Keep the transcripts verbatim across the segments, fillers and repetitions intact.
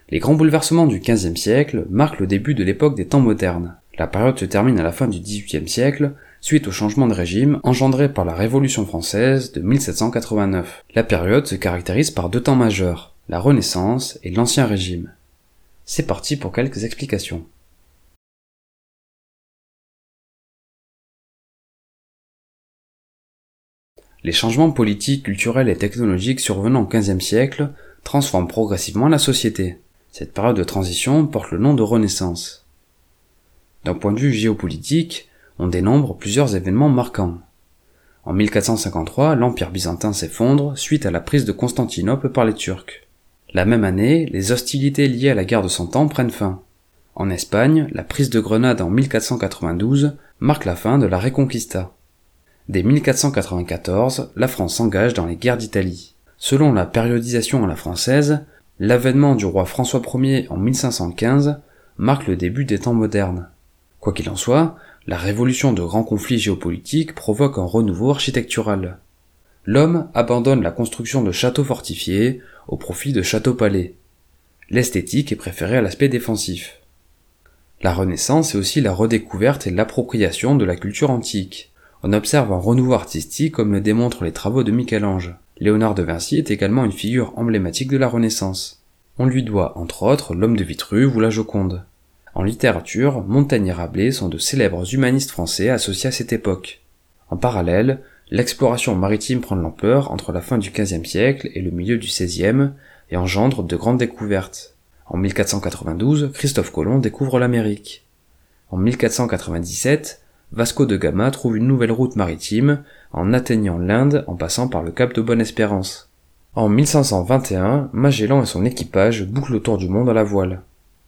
Les grands bouleversements du quinzième siècle marquent le début de l'époque des temps modernes. La période se termine à la fin du dix-huitième siècle, suite au changement de régime engendré par la Révolution française de mille sept cent quatre-vingt-neuf. La période se caractérise par deux temps majeurs, la Renaissance et l'Ancien Régime. C'est parti pour quelques explications. Les changements politiques, culturels et technologiques survenant au quinzième siècle transforment progressivement la société. Cette période de transition porte le nom de Renaissance. D'un point de vue géopolitique, on dénombre plusieurs événements marquants. En mille quatre cent cinquante-trois, l'Empire byzantin s'effondre suite à la prise de Constantinople par les Turcs. La même année, les hostilités liées à la guerre de Cent Ans prennent fin. En Espagne, la prise de Grenade en mille quatre cent quatre-vingt-douze marque la fin de la Reconquista. Dès mille quatre cent quatre-vingt-quatorze, la France s'engage dans les guerres d'Italie. Selon la périodisation à la française, l'avènement du roi François Ier en mille cinq cent quinze marque le début des temps modernes. Quoi qu'il en soit, la révolution de grands conflits géopolitiques provoque un renouveau architectural. L'homme abandonne la construction de châteaux fortifiés au profit de châteaux-palais. L'esthétique est préférée à l'aspect défensif. La Renaissance est aussi la redécouverte et l'appropriation de la culture antique. On observe un renouveau artistique comme le démontrent les travaux de Michel-Ange. Léonard de Vinci est également une figure emblématique de la Renaissance. On lui doit entre autres l'Homme de Vitruve ou la Joconde. En littérature, Montaigne et Rabelais sont de célèbres humanistes français associés à cette époque. En parallèle, l'exploration maritime prend de l'ampleur entre la fin du quinzième siècle et le milieu du seizième et engendre de grandes découvertes. En mille quatre cent quatre-vingt-douze, Christophe Colomb découvre l'Amérique. En mille quatre cent quatre-vingt-dix-sept, Vasco de Gama trouve une nouvelle route maritime en atteignant l'Inde en passant par le cap de Bonne-Espérance. En mille cinq cent vingt et un, Magellan et son équipage bouclent le tour du monde à la voile.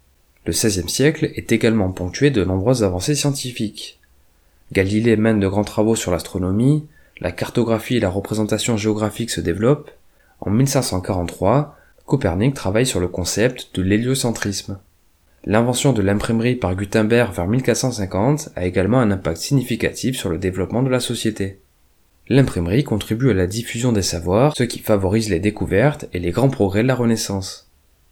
Le seizième siècle est également ponctué de nombreuses avancées scientifiques. Galilée mène de grands travaux sur l'astronomie, la cartographie et la représentation géographique se développent. En mille cinq cent quarante-trois, Copernic travaille sur le concept de l'héliocentrisme. L'invention de l'imprimerie par Gutenberg vers mille quatre cent cinquante a également un impact significatif sur le développement de la société. L'imprimerie contribue à la diffusion des savoirs, ce qui favorise les découvertes et les grands progrès de la Renaissance.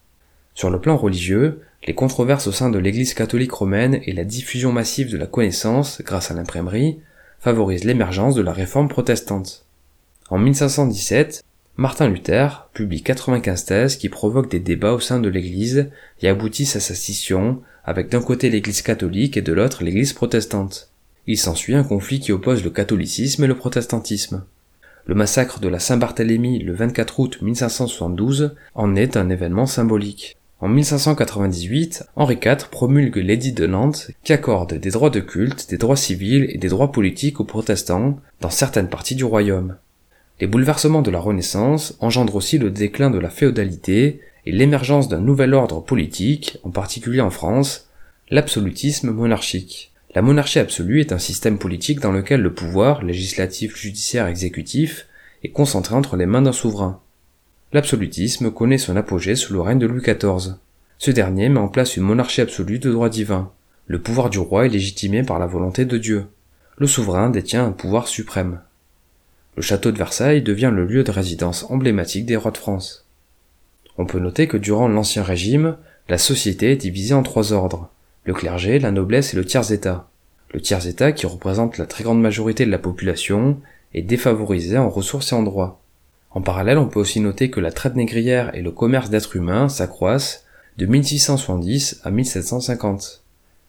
Sur le plan religieux, les controverses au sein de l'Église catholique romaine et la diffusion massive de la connaissance grâce à l'imprimerie favorisent l'émergence de la réforme protestante. En mille cinq cent dix-sept, Martin Luther publie quatre-vingt-quinze thèses qui provoquent des débats au sein de l'Église et aboutissent à sa scission, avec d'un côté l'Église catholique et de l'autre l'Église protestante. Il s'ensuit un conflit qui oppose le catholicisme et le protestantisme. Le massacre de la Saint-Barthélemy le vingt-quatre août mille cinq cent soixante-douze en est un événement symbolique. En mille cinq cent quatre-vingt-dix-huit, Henri quatre promulgue l'édit de Nantes qui accorde des droits de culte, des droits civils et des droits politiques aux protestants dans certaines parties du royaume. Les bouleversements de la Renaissance engendrent aussi le déclin de la féodalité et l'émergence d'un nouvel ordre politique, en particulier en France, l'absolutisme monarchique. La monarchie absolue est un système politique dans lequel le pouvoir, législatif, judiciaire, exécutif, est concentré entre les mains d'un souverain. L'absolutisme connaît son apogée sous le règne de Louis quatorze. Ce dernier met en place une monarchie absolue de droit divin. Le pouvoir du roi est légitimé par la volonté de Dieu. Le souverain détient un pouvoir suprême. Le château de Versailles devient le lieu de résidence emblématique des rois de France. On peut noter que durant l'Ancien Régime, la société est divisée en trois ordres, le clergé, la noblesse et le tiers-état. Le tiers-état, qui représente la très grande majorité de la population, est défavorisé en ressources et en droits. En parallèle, on peut aussi noter que la traite négrière et le commerce d'êtres humains s'accroissent de mille six cent soixante-dix à mille sept cent cinquante.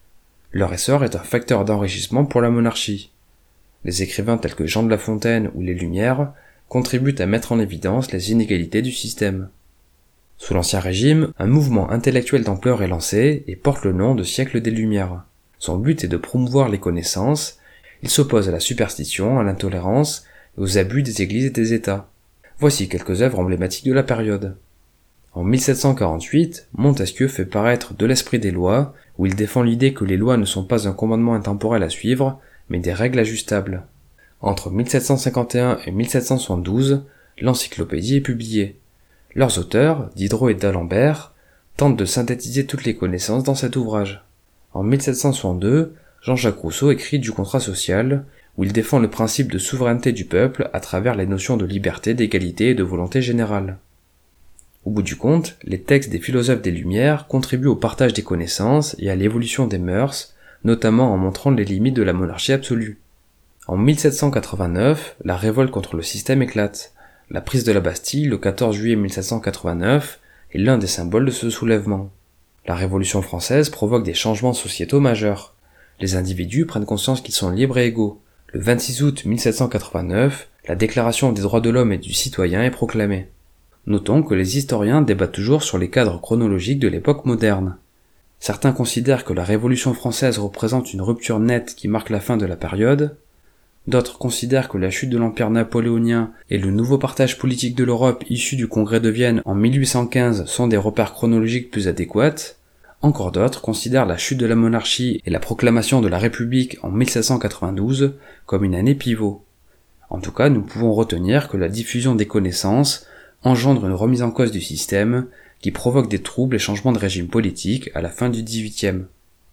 Leur essor est un facteur d'enrichissement pour la monarchie. Les écrivains tels que Jean de La Fontaine ou les Lumières contribuent à mettre en évidence les inégalités du système. Sous l'Ancien Régime, un mouvement intellectuel d'ampleur est lancé et porte le nom de siècle des Lumières. Son but est de promouvoir les connaissances, il s'oppose à la superstition, à l'intolérance et aux abus des églises et des États. Voici quelques œuvres emblématiques de la période. En mille sept cent quarante-huit, Montesquieu fait paraître De l'esprit des lois, où il défend l'idée que les lois ne sont pas un commandement intemporel à suivre, mais des règles ajustables. Entre mille sept cent cinquante et un et mille sept cent soixante-douze, l'encyclopédie est publiée. Leurs auteurs, Diderot et d'Alembert, tentent de synthétiser toutes les connaissances dans cet ouvrage. En mille sept cent soixante-deux, Jean-Jacques Rousseau écrit du contrat social, où il défend le principe de souveraineté du peuple à travers les notions de liberté, d'égalité et de volonté générale. Au bout du compte, les textes des philosophes des Lumières contribuent au partage des connaissances et à l'évolution des mœurs, notamment en montrant les limites de la monarchie absolue. En mille sept cent quatre-vingt-neuf, la révolte contre le système éclate. La prise de la Bastille le quatorze juillet mille sept cent quatre-vingt-neuf est l'un des symboles de ce soulèvement. La Révolution française provoque des changements sociétaux majeurs. Les individus prennent conscience qu'ils sont libres et égaux. Le vingt-six août mille sept cent quatre-vingt-neuf, la Déclaration des droits de l'homme et du citoyen est proclamée. Notons que les historiens débattent toujours sur les cadres chronologiques de l'époque moderne. Certains considèrent que la Révolution française représente une rupture nette qui marque la fin de la période. D'autres considèrent que la chute de l'Empire napoléonien et le nouveau partage politique de l'Europe issu du Congrès de Vienne en mille huit cent quinze sont des repères chronologiques plus adéquats. Encore d'autres considèrent la chute de la monarchie et la proclamation de la République en mille sept cent quatre-vingt-douze comme une année pivot. En tout cas, nous pouvons retenir que la diffusion des connaissances engendre une remise en cause du système qui provoque des troubles et changements de régime politique à la fin du dix-huitième.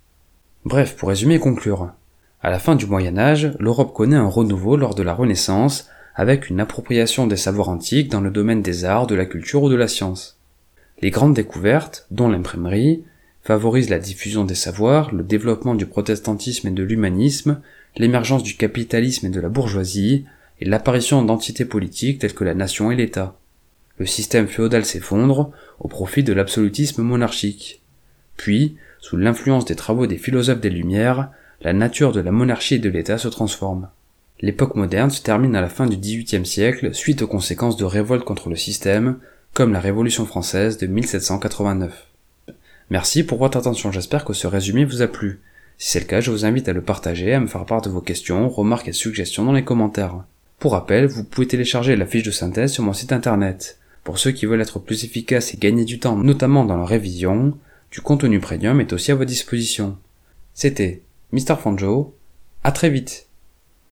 Bref, pour résumer et conclure, à la fin du Moyen-Âge, l'Europe connaît un renouveau lors de la Renaissance avec une appropriation des savoirs antiques dans le domaine des arts, de la culture ou de la science. Les grandes découvertes, dont l'imprimerie, favorisent la diffusion des savoirs, le développement du protestantisme et de l'humanisme, l'émergence du capitalisme et de la bourgeoisie, et l'apparition d'entités politiques telles que la nation et l'État. Le système féodal s'effondre au profit de l'absolutisme monarchique. Puis, sous l'influence des travaux des philosophes des Lumières, la nature de la monarchie et de l'État se transforme. L'époque moderne se termine à la fin du dix-huitième siècle suite aux conséquences de révoltes contre le système, comme la Révolution française de mille sept cent quatre-vingt-neuf. Merci pour votre attention, j'espère que ce résumé vous a plu. Si c'est le cas, je vous invite à le partager, à me faire part de vos questions, remarques et suggestions dans les commentaires. Pour rappel, vous pouvez télécharger la fiche de synthèse sur mon site internet. Pour ceux qui veulent être plus efficaces et gagner du temps, notamment dans leur révision, du contenu premium est aussi à votre disposition. C'était Mister Fanjo, à très vite.